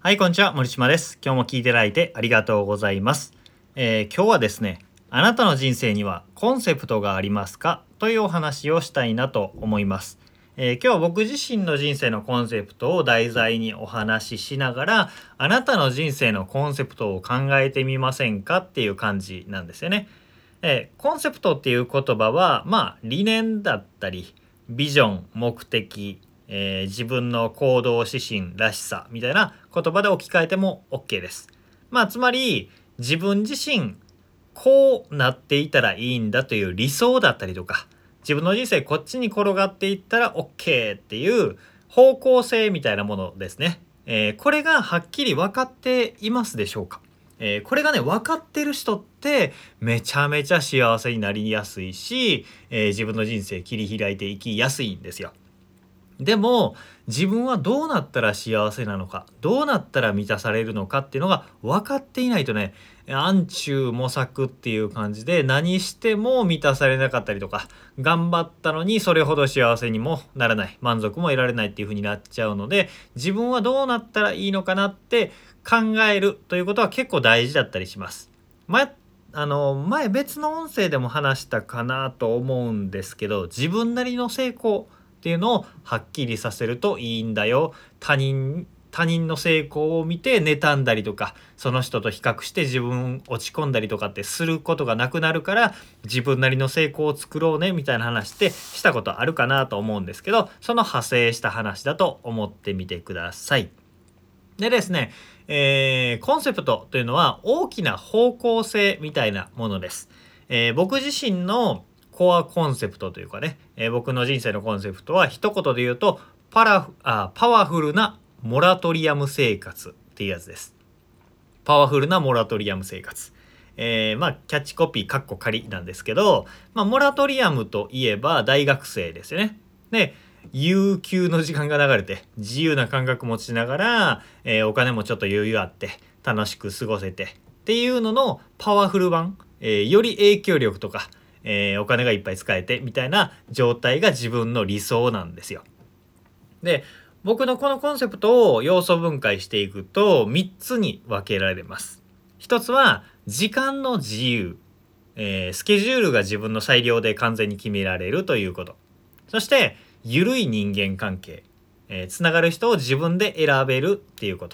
はい、こんにちは。森島です。今日も聞いていただいてありがとうございます。今日はですね、あなたの人生にはコンセプトがありますかというお話をしたいなと思います。今日は僕自身の人生のコンセプトを題材にお話ししながら、あなたの人生のコンセプトを考えてみませんかっていう感じなんですよね。コンセプトっていう言葉は、理念だったり、ビジョン、目的、自分の行動指針らしさみたいな言葉で置き換えても OK です。つまり自分自身こうなっていたらいいんだという理想だったりとか、自分の人生こっちに転がっていったら OK っていう方向性みたいなものですね。これがはっきり分かっていますでしょうか？これがね分かってる人ってめちゃめちゃ幸せになりやすいし、自分の人生切り開いていきやすいんですよ。でも自分はどうなったら幸せなのか、どうなったら満たされるのかっていうのが分かっていないとね、暗中模索っていう感じで何しても満たされなかったりとか、頑張ったのにそれほど幸せにもならない、満足も得られないっていう風になっちゃうので、自分はどうなったらいいのかなって考えるということは結構大事だったりします。前別の音声でも話したかなと思うんですけど、自分なりの成功っていうのをはっきりさせるといいんだよ。他人の成功を見て妬んだりとか、その人と比較して自分落ち込んだりとかってすることがなくなるから、自分なりの成功を作ろうねみたいな話ってしたことあるかなと思うんですけど、その派生した話だと思ってみてください。でですね、コンセプトというのは大きな方向性みたいなものです。僕自身のコアコンセプトというかね、僕の人生のコンセプトは一言で言うとパワフルなモラトリアム生活っていうやつです。パワフルなモラトリアム生活。キャッチコピーカッコ仮なんですけど、モラトリアムといえば大学生ですよね。で、有給の時間が流れて自由な感覚持ちながら、お金もちょっと余裕あって楽しく過ごせてっていうののパワフル版、より影響力とか、お金がいっぱい使えてみたいな状態が自分の理想なんですよ。で、僕のこのコンセプトを要素分解していくと3つに分けられます。一つは時間の自由、スケジュールが自分の裁量で完全に決められるということ。そして緩い人間関係、つながる人を自分で選べるっていうこと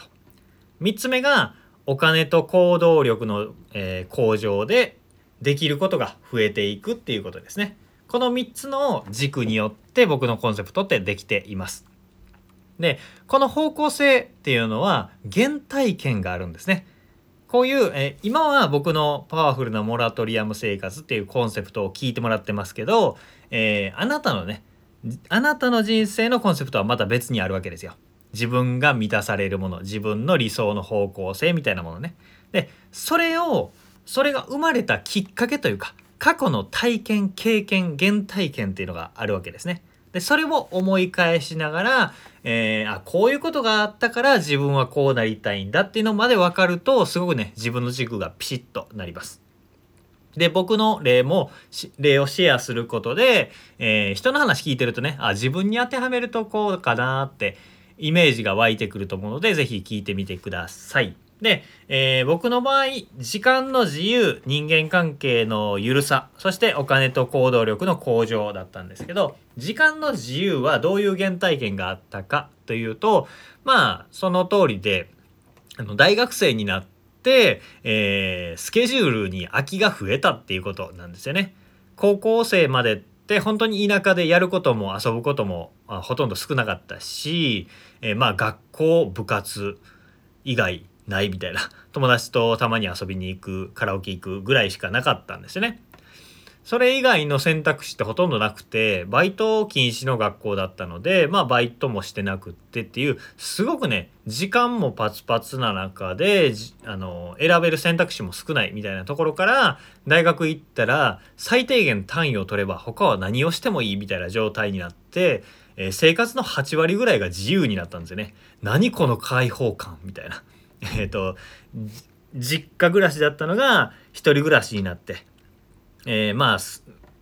。3つ目がお金と行動力の、向上でできることが増えていくっていうことですね。この3つの軸によって僕のコンセプトってできています。で、この方向性っていうのは原体験があるんですね。こういう、今は僕のパワフルなモラトリアム生活っていうコンセプトを聞いてもらってますけど、あなたの人生のコンセプトはまた別にあるわけですよ。自分が満たされるもの、自分の理想の方向性みたいなものね。で、それが生まれたきっかけというか、過去の体験、経験、原体験っていうのがあるわけですね。で、それを思い返しながら、こういうことがあったから自分はこうなりたいんだっていうのまで分かると、すごくね、自分の軸がピシッとなります。で、僕の例をシェアすることで、人の話聞いてるとね、自分に当てはめるとこうかなってイメージが湧いてくると思うので、ぜひ聞いてみてください。で、僕の場合、時間の自由、人間関係の緩さ、そしてお金と行動力の向上だったんですけど、時間の自由はどういう原体験があったかというと、その通りで、大学生になって、スケジュールに空きが増えたっていうことなんですよね。高校生までって本当に田舎でやることも遊ぶこともほとんど少なかったし、学校部活以外ないみたいな、友達とたまに遊びに行く、カラオケ行くぐらいしかなかったんですよね。それ以外の選択肢ってほとんどなくて、バイト禁止の学校だったので、バイトもしてなくってっていう、すごくね、時間もパツパツな中で、選べる選択肢も少ないみたいなところから、大学行ったら、最低限単位を取れば、他は何をしてもいいみたいな状態になって、生活の8割ぐらいが自由になったんですよね。何この解放感みたいな。実家暮らしだったのが、一人暮らしになって、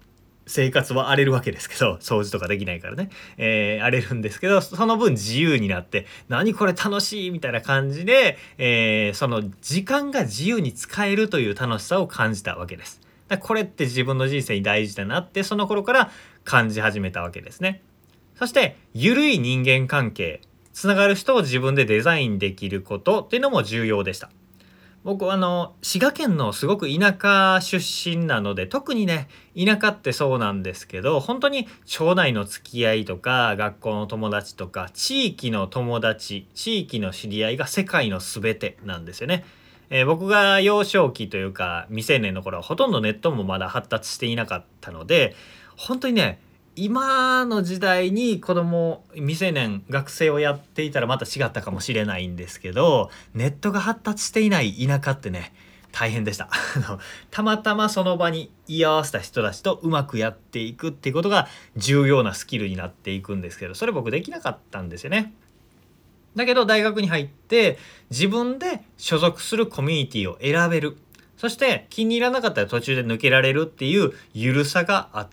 生活は荒れるわけですけど、掃除とかできないからね、荒れるんですけど、その分自由になって、何これ楽しいみたいな感じで、その時間が自由に使えるという楽しさを感じたわけです。これって自分の人生に大事だなって、その頃から感じ始めたわけですね。そして緩い人間関係、つながる人を自分でデザインできることっていうのも重要でした。僕は滋賀県のすごく田舎出身なので、特にね、田舎ってそうなんですけど、本当に町内の付き合いとか、学校の友達とか、地域の友達、地域の知り合いが世界の全てなんですよね。僕が幼少期というか未成年の頃はほとんどネットもまだ発達していなかったので、本当にね、今の時代に子供未成年学生をやっていたらまた違ったかもしれないんですけど、ネットが発達していない田舎ってね、大変でしたたまたまその場に居合わせた人たちとうまくやっていくっていうことが重要なスキルになっていくんですけど、それ僕できなかったんですよね。だけど大学に入って自分で所属するコミュニティを選べる、そして気に入らなかったら途中で抜けられるっていう緩さがあって、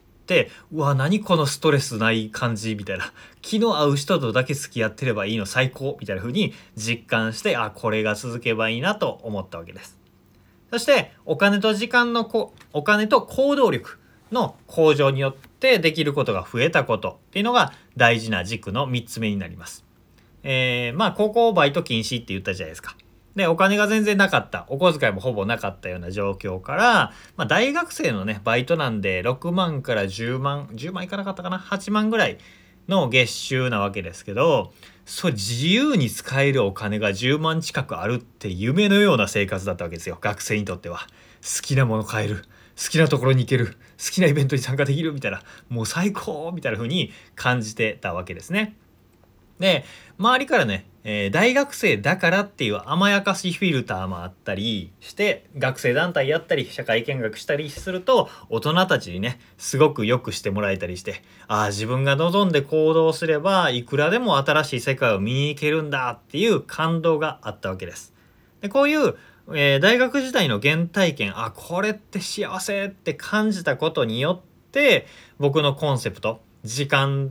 うわ何このストレスない感じみたいな、気の合う人とだけ付き合ってればいいの最高みたいな風に実感して、これが続けばいいなと思ったわけです。そしてお金と行動力の向上によってできることが増えたことっていうのが大事な軸の3つ目になります。高校バイト禁止って言ったじゃないですか。で、お金が全然なかった、お小遣いもほぼなかったような状況から、大学生のね、バイトなんで6万から10万、10万いかなかったかな、8万ぐらいの月収なわけですけど、そう自由に使えるお金が10万近くあるって夢のような生活だったわけですよ、学生にとっては。好きなもの買える、好きなところに行ける、好きなイベントに参加できるみたいな、もう最高みたいな風に感じてたわけですね。で、周りからね、大学生だからっていう甘やかしフィルターもあったりして、学生団体やったり社会見学したりすると大人たちにねすごく良くしてもらえたりして、自分が望んで行動すればいくらでも新しい世界を見に行けるんだっていう感動があったわけです。でこういう、大学時代の原体験、これって幸せって感じたことによって、僕のコンセプト、時間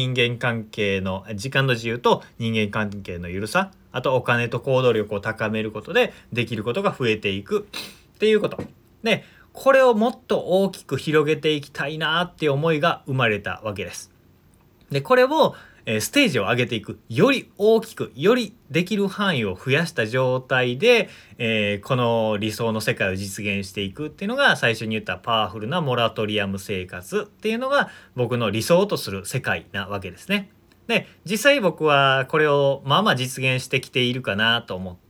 の自由と人間関係の緩さ、あとお金と行動力を高めることでできることが増えていくっていうことで、これをもっと大きく広げていきたいなっていう思いが生まれたわけです。でこれをステージを上げていく、より大きく、よりできる範囲を増やした状態で、この理想の世界を実現していくっていうのが、最初に言ったパワフルなモラトリアム生活っていうのが僕の理想とする世界なわけですね。で実際僕はこれを実現してきているかなと思って、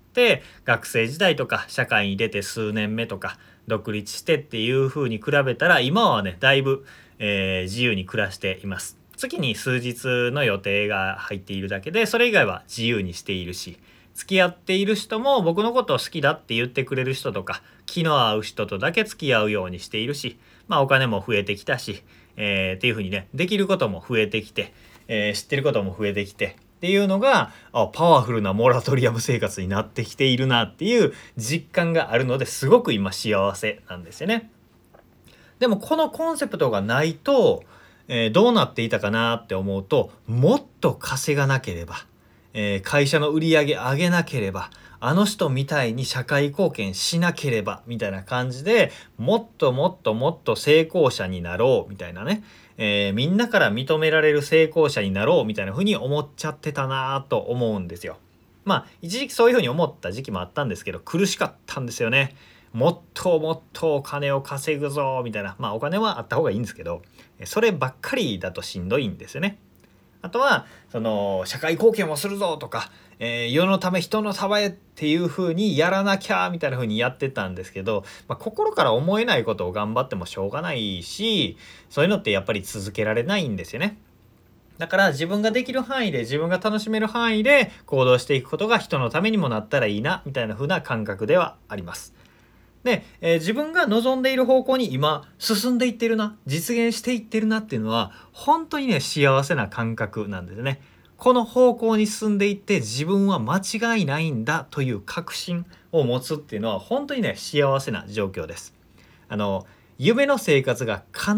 学生時代とか社会に出て数年目とか独立してっていう風に比べたら、今はねだいぶ、自由に暮らしています。月に数日の予定が入っているだけで、それ以外は自由にしているし、付き合っている人も僕のことを好きだって言ってくれる人とか気の合う人とだけ付き合うようにしているし、お金も増えてきたし、っていう風にね、できることも増えてきて、知ってることも増えてきてっていうのが、パワフルなモラトリアム生活になってきているなっていう実感があるので、すごく今幸せなんですよね。でもこのコンセプトがないと、どうなっていたかなって思うと、もっと稼がなければ、会社の売り上げ上げなければ、あの人みたいに社会貢献しなければみたいな感じで、もっともっともっと成功者になろうみたいなね、みんなから認められる成功者になろうみたいな風に思っちゃってたなと思うんですよ。一時期そういう風に思った時期もあったんですけど、苦しかったんですよね。もっともっとお金を稼ぐぞみたいな、お金はあった方がいいんですけど、そればっかりだとしんどいんですよね。あとはその社会貢献をするぞとか、世のため人のためっていう風にやらなきゃみたいな風にやってたんですけど、心から思えないことを頑張ってもしょうがないし、そういうのってやっぱり続けられないんですよね。だから自分ができる範囲で、自分が楽しめる範囲で行動していくことが人のためにもなったらいいなみたいな風な感覚ではあります。で、自分が望んでいる方向に今進んでいってるな、実現していってるなっていうのは本当にね幸せな感覚なんですね。この方向に進んでいって自分は間違いないんだという確信を持つっていうのは本当にね幸せな状況です。夢の生活が叶っ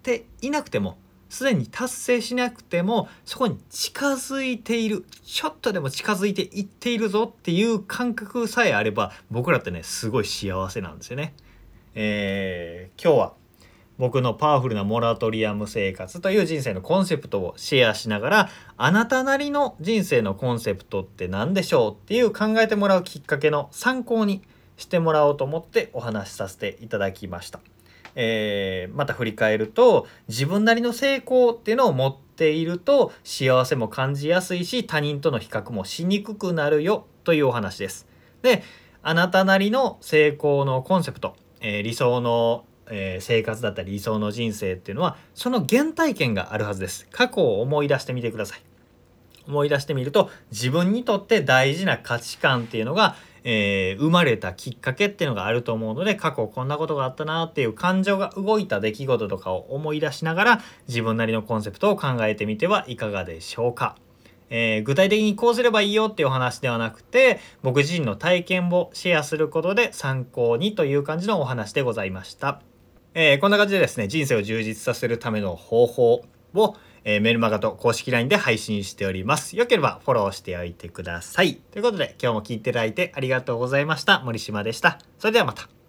っていなくても、すでに達成しなくても、そこに近づいている、ちょっとでも近づいていっているぞっていう感覚さえあれば、僕らってねすごい幸せなんですよね。今日は僕のパワフルなモラトリアム生活という人生のコンセプトをシェアしながら、あなたなりの人生のコンセプトって何でしょうっていう考えてもらうきっかけの参考にしてもらおうと思ってお話しさせていただきました。また振り返ると、自分なりの成功っていうのを持っていると幸せも感じやすいし、他人との比較もしにくくなるよというお話です。で、あなたなりの成功のコンセプト、理想の生活だったり理想の人生っていうのは、その原体験があるはずです。過去を思い出してみてください。思い出してみると、自分にとって大事な価値観っていうのが、生まれたきっかけっていうのがあると思うので、過去こんなことがあったなっていう感情が動いた出来事とかを思い出しながら、自分なりのコンセプトを考えてみてはいかがでしょうか。具体的にこうすればいいよっていうお話ではなくて、僕自身の体験をシェアすることで参考にという感じのお話でございました。こんな感じでですね、人生を充実させるための方法を、メルマガと公式 LINE で配信しております。よければフォローしておいてください。ということで、今日も聞いていただいてありがとうございました。森島でした。それではまた。